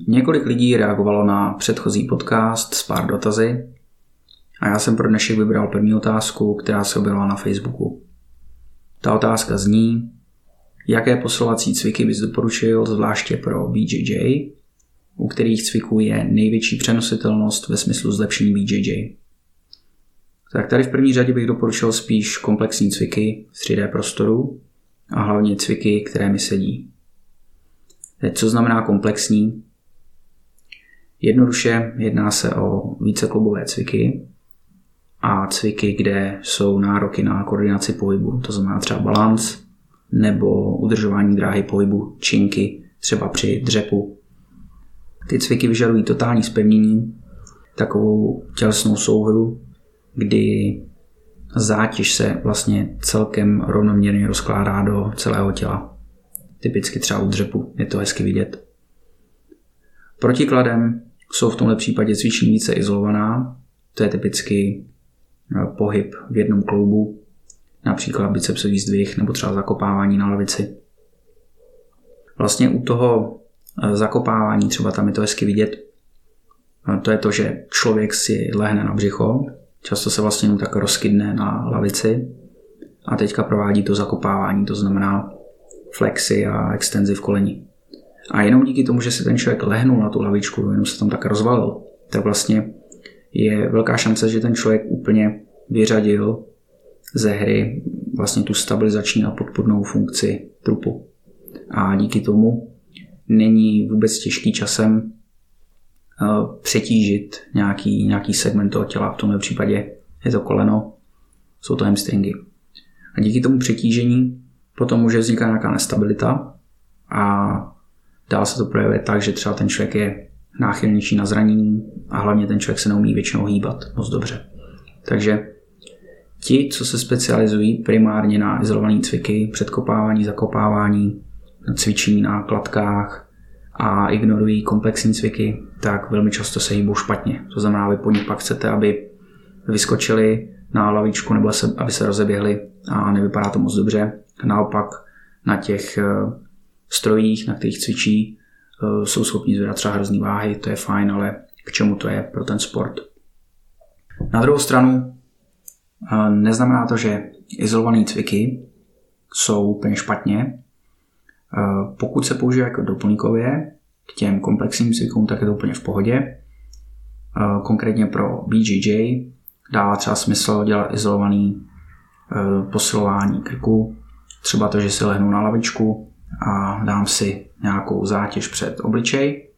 Několik lidí reagovalo na předchozí podcast s pár dotazy a já jsem pro dnešek vybral první otázku, která se objevila na Facebooku. Ta otázka zní, jaké posilovací cviky bys doporučil zvláště pro BJJ, u kterých cviků je největší přenositelnost ve smyslu zlepšení BJJ. Tak tady v první řadě bych doporučil spíš komplexní cviky v 3D prostoru a hlavně cviky, které mi sedí. Teď, co znamená komplexní? Jednoduše jedná se o víceklubové cviky a cviky, kde jsou nároky na koordinaci pohybu, to znamená třeba balanc nebo udržování dráhy pohybu, činky, třeba při dřepu. Ty cviky vyžadují totální zpevnění, takovou tělesnou souhru, kdy zátěž se vlastně celkem rovnoměrně rozkládá do celého těla. Typicky třeba u dřepu, je to hezky vidět. Protikladem jsou v tomhle případě cvičení více izolovaná, to je typicky pohyb v jednom kloubu, například bicepsový zdvih nebo třeba zakopávání na lavici. Vlastně u toho zakopávání třeba tam je to hezky vidět, to je to, že člověk si lehne na břicho, často se vlastně jenom tak rozkydne na lavici a teďka provádí to zakopávání, to znamená flexy a extenzi v koleni. A jenom díky tomu, že si ten člověk lehnul na tu lavičku, jenom se tam tak rozvalil, tak vlastně je velká šance, že ten člověk úplně vyřadil ze hry vlastně tu stabilizační a podpůrnou funkci trupu. A díky tomu není vůbec těžký časem přetížit nějaký segment toho těla. V tomhle případě je to koleno, jsou to hamstringy. A díky tomu přetížení potom může vznikat nějaká nestabilita a dál se to projevuje tak, že třeba ten člověk je náchylnější na zranění a hlavně ten člověk se neumí většinou hýbat moc dobře. Takže ti, co se specializují primárně na izolované cviky, předkopávání, zakopávání, cvičení na kladkách a ignorují komplexní cviky, tak velmi často se hýbou špatně. To znamená, vy po nich pak chcete, aby vyskočili na lavičku nebo aby se rozeběhli a nevypadá to moc dobře. Naopak na těch strojích, na kterých cvičí, jsou schopni zvedat třeba hrozný váhy, to je fajn, ale k čemu to je pro ten sport? Na druhou stranu neznamená to, že izolované cviky jsou úplně špatně. Pokud se používají jako doplňkově k těm komplexním cvikům, tak je to úplně v pohodě. Konkrétně pro BJJ dává třeba smysl dělat izolovaný posilování krku, třeba to, že si lehnu na lavičku a dám si nějakou zátěž před obličej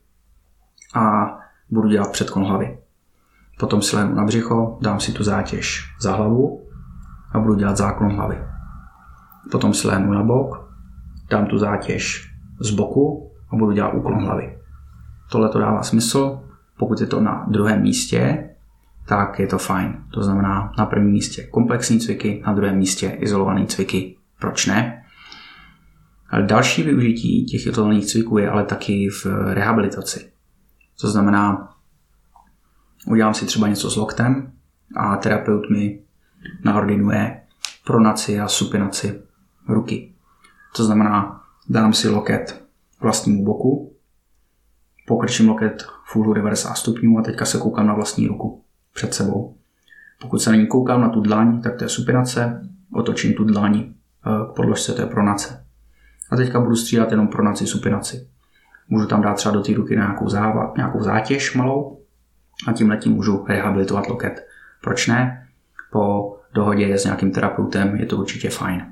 a budu dělat předklon hlavy. Potom si lehnu na břicho, dám si tu zátěž za hlavu a budu dělat záklon hlavy. Potom si lehnu na bok, dám tu zátěž z boku a budu dělat úklon hlavy. Tohle to dává smysl, pokud je to na druhém místě, tak je to fajn. To znamená na prvním místě komplexní cviky, na druhém místě izolované cviky. Proč ne? Ale další využití těch izolovaných cviků je ale taky v rehabilitaci. To znamená, udělám si třeba něco s loktem a terapeut mi naordinuje pronaci a supinaci ruky. To znamená, dám si loket k vlastnímu boku, pokrčím loket v úhlu 90 stupňů a teďka se koukám na vlastní ruku před sebou. Pokud se na ní koukám na tu dlaň, tak to je supinace, otočím tu dlaň k podložce, to je pronace. A teďka budu střídat jenom pronaci, supinaci. Můžu tam dát třeba do té ruky nějakou zátěž malou a tímhletím můžu rehabilitovat loket. Proč ne? Po dohodě s nějakým terapeutem je to určitě fajn.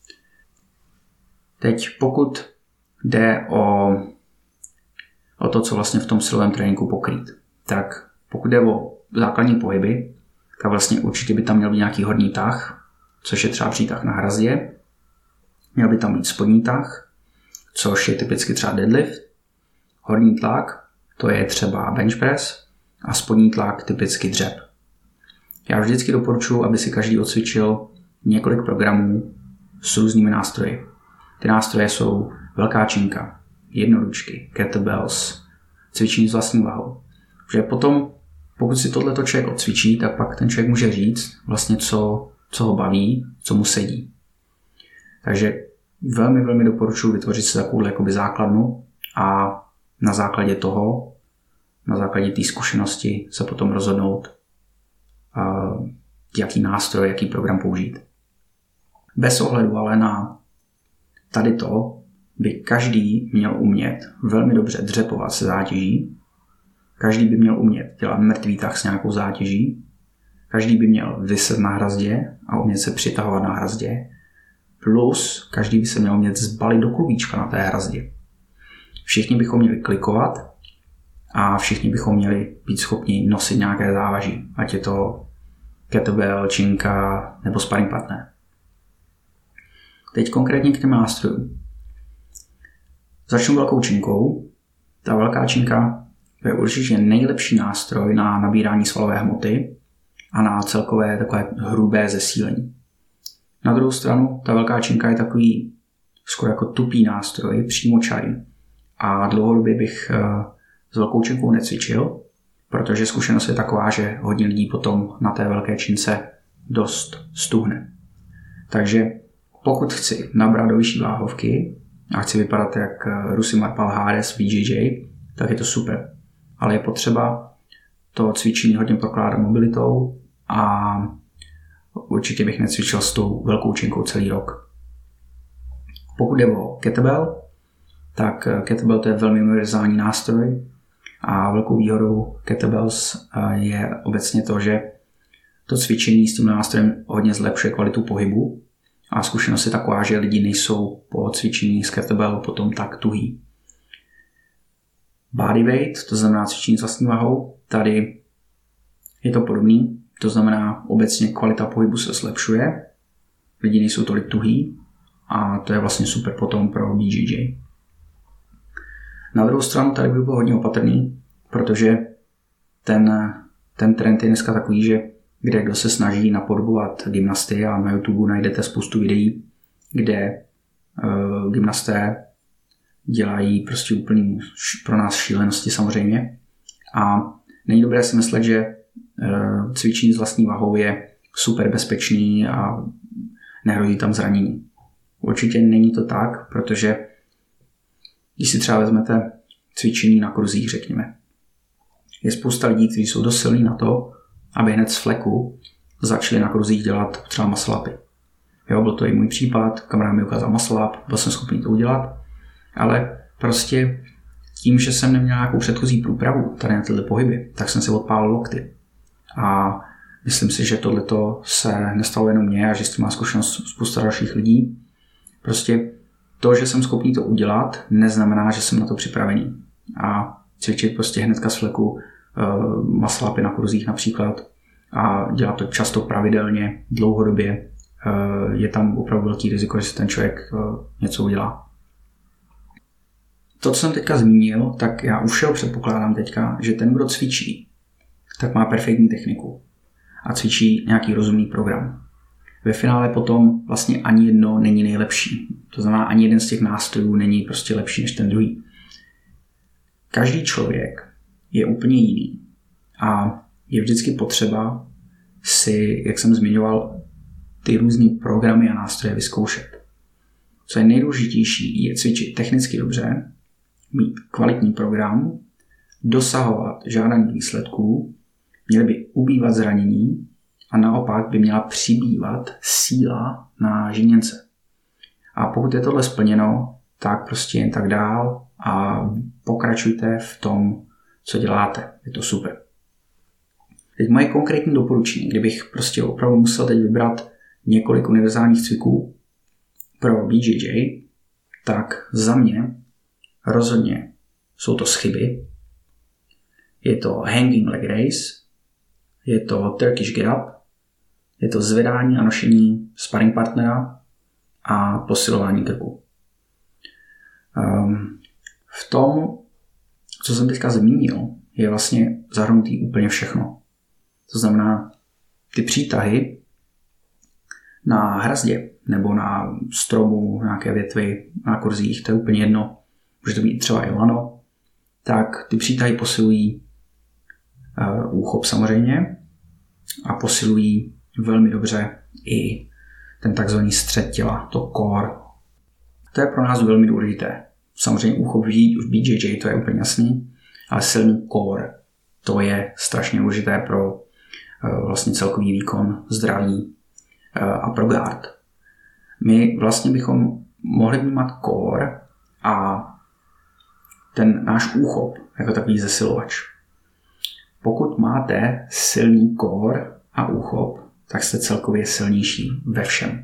Teď pokud jde o to, co vlastně v tom silovém tréninku pokrýt, tak pokud jde o základní pohyby, tak vlastně určitě by tam měl být nějaký horní tah, což je třeba přítah na hrazdě. Měl by tam být spodní tah, což je typicky třeba deadlift. Horní tlak, to je třeba bench press a spodní tlak typicky dřep. Já vždycky doporučuji, aby si každý odcvičil několik programů s různými nástroji. Ty nástroje jsou velká činka, jednoručky, kettlebells, cvičení s vlastní váhou. Že potom, pokud si tohleto člověk odcvičí, tak pak ten člověk může říct vlastně, co ho baví, co mu sedí. Takže velmi, velmi doporučuji vytvořit si takovou jakoby základnu a na základě toho, na základě té zkušenosti se potom rozhodnout, jaký nástroj, jaký program použít. Bez ohledu ale na tady to by každý měl umět velmi dobře dřepovat se zátěží, každý by měl umět dělat mrtvý tah s nějakou zátěží, každý by měl viset na hrazdě a umět se přitahovat na hrazdě, plus každý by se měl umět zbalit do klubíčka na té hrazdě. Všichni bychom měli klikovat a všichni bychom měli být schopni nosit nějaké závaží, ať je to kettlebell, činka nebo sparring partner. Teď konkrétně k těm nástrojům. Začnu velkou činkou. Ta velká činka je určitě nejlepší nástroj na nabírání svalové hmoty a na celkové takové hrubé zesílení. Na druhou stranu, ta velká činka je takový skoro jako tupý nástroj, přímočarý. A dlouhodobě bych s velkou činkou necvičil, protože zkušenost je taková, že hodně lidí potom na té velké čince dost stuhne. Takže pokud chci nabrat do vyšší váhovky a chci vypadat jak Rusy Marpal Hades v BJJ, tak je to super. Ale je potřeba to cvičení hodně prokládat mobilitou a určitě bych necvičil s tou velkou činkou celý rok. Pokud jde o kettlebell, tak kettlebell to je velmi univerzální nástroj a velkou výhodou kettlebells je obecně to, že to cvičení s tím nástrojem hodně zlepšuje kvalitu pohybu a zkušenost je taková, že lidi nejsou po cvičení s kettlebell potom tak tuhý. Bodyweight, to znamená cvičení s vlastní váhou, tady je to podobný, to znamená obecně kvalita pohybu se zlepšuje, lidi nejsou tolik tuhý a to je vlastně super potom pro BJJ. Na druhou stranu tady bych byl hodně opatrný, protože ten trend je dneska takový, že kdo se snaží napodobovat gymnasty a na YouTube najdete spoustu videí, kde gymnasté dělají prostě úplně pro nás šílenosti samozřejmě. A není dobré si myslet, že cvičení s vlastní váhou je super bezpečný a nehrozí tam zranění. Určitě není to tak, protože když si třeba vezmete cvičení na kruzích, řekněme, je spousta lidí, kteří jsou dost silní na to, aby hned z fleku začali na kruzích dělat třeba muscle upy. Jo, byl to i můj případ, kamarád mi ukázal muscle up, byl jsem schopný to udělat, ale prostě tím, že jsem neměl nějakou předchozí průpravu tady na tyhle pohyby, tak jsem si odpálil lokty. A myslím si, že tohleto se nestalo jenom mně a že s tím má zkušenost spousta dalších lidí. Prostě to, že jsem schopný to udělat, neznamená, že jsem na to připravený. A cvičit prostě hnedka z fleku muscle upy na kruzích například a dělat to často pravidelně, dlouhodobě, je tam opravdu velký riziko, že si ten člověk něco udělá. To, co jsem teďka zmínil, tak já už předpokládám teďka, že ten, kdo cvičí, tak má perfektní techniku a cvičí nějaký rozumný program. Ve finále potom vlastně ani jedno není nejlepší. To znamená, ani jeden z těch nástrojů není prostě lepší než ten druhý. Každý člověk je úplně jiný a je vždycky potřeba si, jak jsem zmiňoval, ty různý programy a nástroje vyzkoušet. Co je nejdůležitější, je cvičit technicky dobře, mít kvalitní program, dosahovat žádaných výsledků, měly by ubývat zranění a naopak by měla přibývat síla na žíněnce. A pokud je tohle splněno, tak prostě jen tak dál a pokračujte v tom, co děláte. Je to super. Teď moje konkrétní doporučení, kdybych prostě opravdu musel teď vybrat několik univerzálních cviků pro BJJ, tak za mě rozhodně jsou to schyby, je to hanging leg raise, je to Turkish get up, je to zvedání a nošení sparring partnera a posilování krku. V tom, co jsem teďka zmínil, je vlastně zahrnutý úplně všechno. To znamená, ty přítahy na hrazdě nebo na stromu, nějaké větvy, na kurzích, to je úplně jedno, může to být třeba i lano, tak ty přítahy posilují úchop samozřejmě a posilují velmi dobře i ten takzvaný střed těla, to core. To je pro nás velmi důležité. samozřejmě úchop v BJJ, to je úplně jasný, ale silný core, to je strašně důležité pro vlastně celkový výkon, zdraví a pro guard. My vlastně bychom mohli vnímat core a ten náš úchop jako takový zesilovač. Pokud máte silný core a úchop, tak jste celkově silnější ve všem.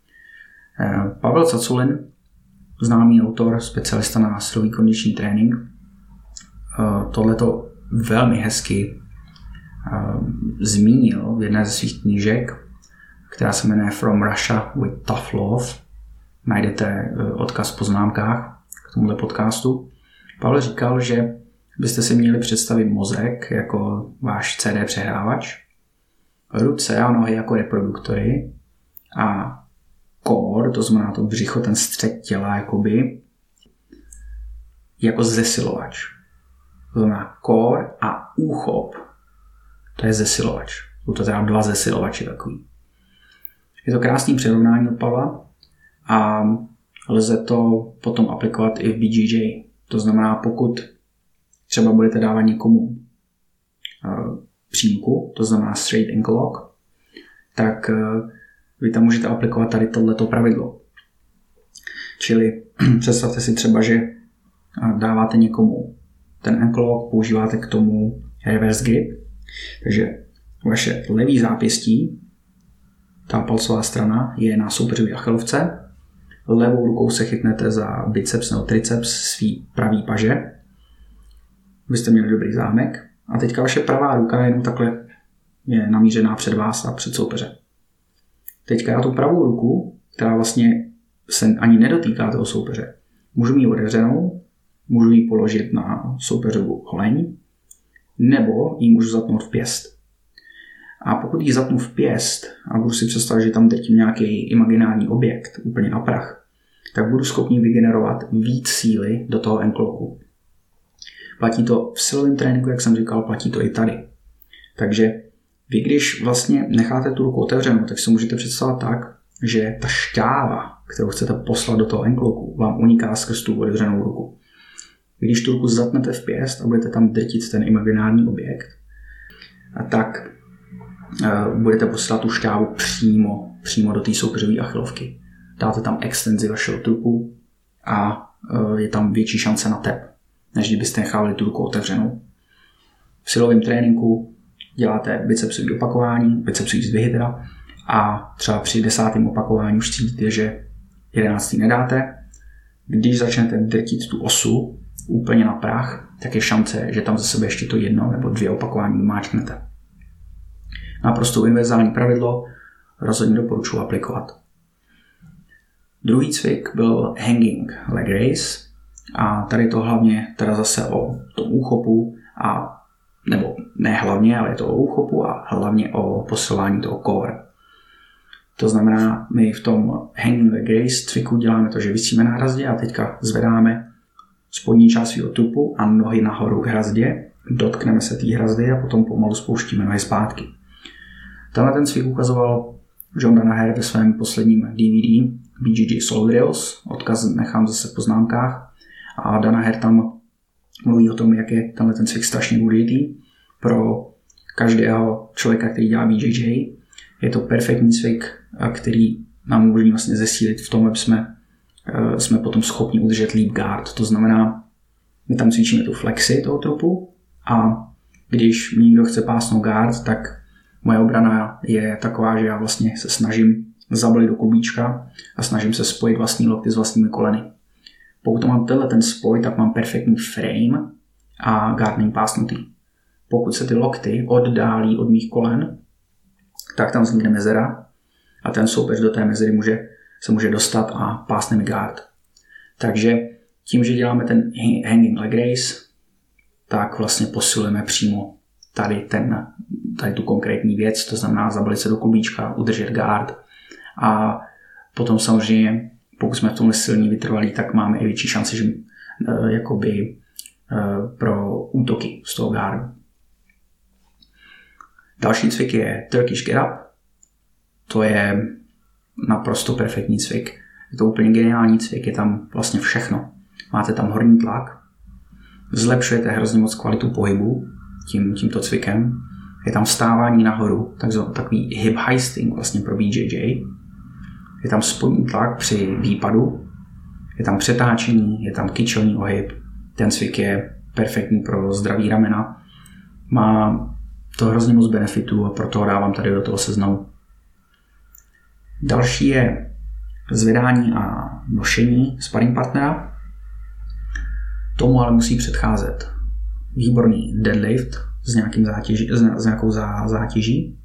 Pavel Tsaculin, známý autor, specialista na silový kondiční trénink, tohleto velmi hezky zmínil v jedné ze svých knížek, která se jmenuje From Russia with Tough Love. Najdete odkaz v poznámkách k tomuhle podcastu. Pavel říkal, že byste si měli představit mozek jako váš CD přehrávač, ruce a nohy jako reproduktory a core, to znamená to břicho, ten střed těla jakoby, jako zesilovač. To znamená core a úchop, to je zesilovač. Jsou to teda dva zesilovače takový. Je to krásný přirovnání od Pavla a lze to potom aplikovat i v BJJ. To znamená, pokud třeba budete dávat někomu přímku, to znamená straight ankle lock, tak vy tam můžete aplikovat tady tohleto pravidlo. Čili představte si třeba, že dáváte někomu ten ankle lock, používáte k tomu reverse grip, takže vaše levý zápěstí, ta palcová strana, je na soupeřově achilovce, levou rukou se chytnete za biceps nebo triceps svý pravý paže, byste měli dobrý zámek a teďka vaše pravá ruka jenom takhle je namířená před vás a před soupeře. Teďka já tu pravou ruku, která vlastně se ani nedotýká toho soupeře, můžu mít otevřenou, můžu ji položit na soupeřovu holeň, nebo ji můžu zatnout v pěst. A pokud ji zatnu v pěst a budu si představit, že tam drtím nějaký imaginární objekt úplně na prach, tak budu schopný vygenerovat víc síly do toho ankle locku. Platí to v silovém tréninku, jak jsem říkal, platí to i tady. Takže vy, když vlastně necháte tu ruku otevřenou, tak si můžete představit tak, že ta šťáva, kterou chcete poslat do toho ankle locku, vám uniká skrz tu otevřenou ruku. Když tu ruku zatnete v pěst a budete tam drtit ten imaginární objekt, tak budete posílat tu šťávu přímo do té soupeřové achilovky. Dáte tam extenzi vašeho trupu a je tam větší šance na tep, než kdybyste nechávali tu ruku otevřenou. V silovém tréninku děláte bicepsové opakování, bicepsové zdvihy teda, a třeba při 10. opakování už cítíte, že 11. nedáte. Když začnete drtit tu osu úplně na prach, tak je šance, že tam za sebe ještě to 1 nebo 2 opakování vymáčknete. Naprosto univerzální pravidlo, rozhodně doporučuji aplikovat. Druhý cvik byl hanging leg raise a tady to hlavně teda zase o tom úchopu a nebo ne hlavně, ale je to o úchopu a hlavně o posilování toho core. To znamená, my v tom hanging leg raise cviku děláme to, že visíme na hrazdě a teďka zvedáme spodní část svého trupu a nohy nahoru k hrazdě, dotkneme se té hrazdy a potom pomalu spouštíme nohy zpátky. Tenhle ten cvik ukazoval John Danaher ve svém posledním DVD BJJ Solo Drills, odkaz nechám zase v poznámkách, a Danaher tam mluví o tom, jak je tenhle ten cvik strašně důležitý pro každého člověka, který dělá BJJ. Je to perfektní cvik, který nám umožní vlastně zesílit v tom, aby jsme potom schopni udržet leap guard. To znamená, my tam cvičíme tu flexi toho trupu a když mi někdo chce pásnout guard, tak moje obrana je taková, že já vlastně se snažím zabalit do klubíčka a snažím se spojit vlastní lokty s vlastními koleny. Pokud to mám tenhle ten spoj, tak mám perfektní frame a guard není pásnutý. Pokud se ty lokty oddálí od mých kolen, tak tam vznikne mezera a ten soupeř do té mezery se může dostat a pásne mi guard. Takže tím, že děláme ten hanging leg raise, tak vlastně posilujeme přímo tady tu konkrétní věc, to znamená zabalit se do klubíčka, udržet guard a potom samozřejmě, pokud jsme v tomhle silní vytrvalí, tak máme i větší šanci, že pro útoky z toho guardu. Další cvik je Turkish Get Up. To je naprosto perfektní cvik. Je to úplně geniální cvik, je tam vlastně všechno. máte tam horní tlak, zlepšujete hrozně moc kvalitu pohybu tímto cvikem, je tam vstávání nahoru, takový hip heisting vlastně pro BJJ, je tam spodní tlak při výpadu, je tam přetáčení, je tam kyčelní ohyb, ten cvik je perfektní pro zdraví ramena, má to hrozně moc benefitů a proto ho dávám tady do toho seznamu. Další je zvedání a nošení sparring partnera. Tomu ale musí předcházet výborný deadlift s nějakou zátěží,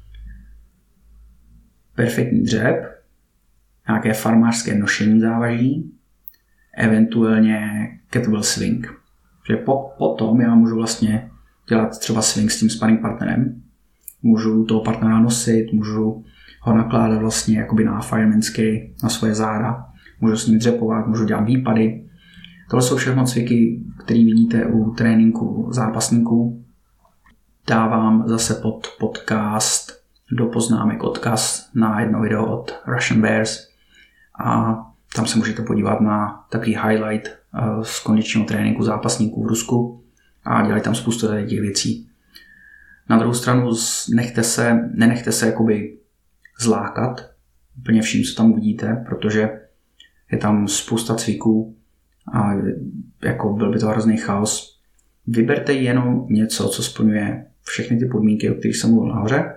perfektní dřep, nějaké farmářské nošení závaží, eventuálně kettlebell swing. Že potom já můžu vlastně dělat třeba swing s tím sparring partnerem, můžu toho partnera nosit, můžu ho nakládat vlastně jakoby na firemanský, na svoje záda, můžu s ním dřepovat, můžu dělat výpady. Tohle jsou všechno cviky, které vidíte u tréninku zápasníků. Dávám zase pod podcast do poznámek odkaz na jedno video od Russian Bears a tam se můžete podívat na takový highlight z kondičního tréninku zápasníků v Rusku a dělají tam spoustu těch věcí. Na druhou stranu nenechte se jakoby zlákat úplně vším, co tam uvidíte, protože je tam spousta cviků a jako byl by to hrozný chaos. Vyberte jenom něco, co splňuje všechny ty podmínky, o kterých jsem mluvil nahoře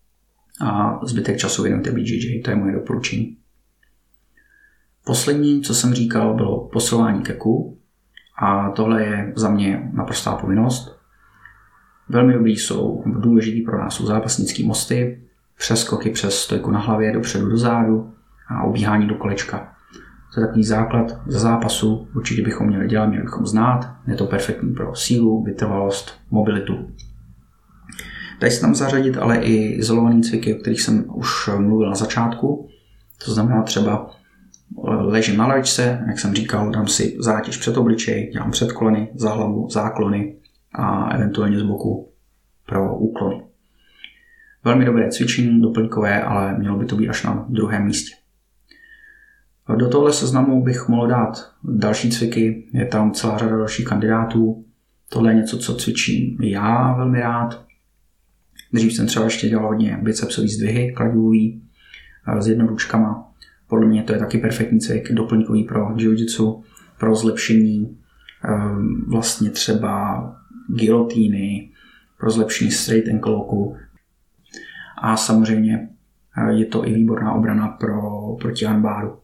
a zbytek času věnujte BJJ, to je moje doporučení. Poslední, co jsem říkal, bylo posilování keku a tohle je za mě naprostá povinnost. Velmi dobrý jsou, důležitý pro nás jsou zápasnický mosty, přeskoky přes stojku na hlavě, dopředu do zádu a obíhání do kolečka. To je takový základ za zápasu, určitě bychom měli dělat, měli bychom znát. Je to perfektní pro sílu, vytrvalost, mobilitu. Dají se tam zařadit ale i izolované cviky, o kterých jsem už mluvil na začátku. To znamená třeba ležím na lavičce, jak jsem říkal, dám si zátěž před obličej, dělám předkoleny, za hlavu, záklony a eventuálně z boku pro úklony. Velmi dobré cvičení, doplňkové, ale mělo by to být až na druhém místě. Do tohle seznamu bych mohl dát další cviky, je tam celá řada dalších kandidátů. Tohle je něco, co cvičím já velmi rád. Dřív jsem třeba ještě dělal hodně bicepsový zdvihy, kladivový, s jednoručkama. Podle mě to je taky perfektní cvik, doplňkový pro jiu-jitsu, pro zlepšení vlastně třeba gilotíny, pro zlepšení straight ankle locku. A samozřejmě je to i výborná obrana proti armbaru.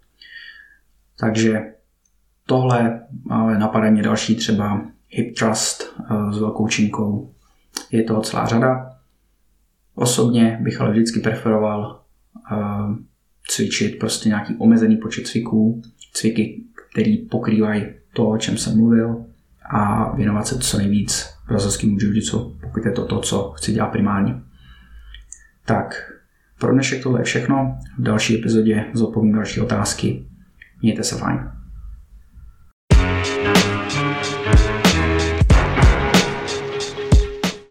Takže tohle, ale napadají mě další třeba hip thrust s velkou činkou. Je toho celá řada. Osobně bych ale vždycky preferoval cvičit prostě nějaký omezený počet cviků, cviky, které pokrývají to, o čem jsem mluvil a věnovat se co nejvíc brazilskému jiu-jitsu, pokud je to, co chci dělat primárně. Tak, pro dnešek tohle je všechno. V další epizodě zodpovím další otázky. Mějte se fajn.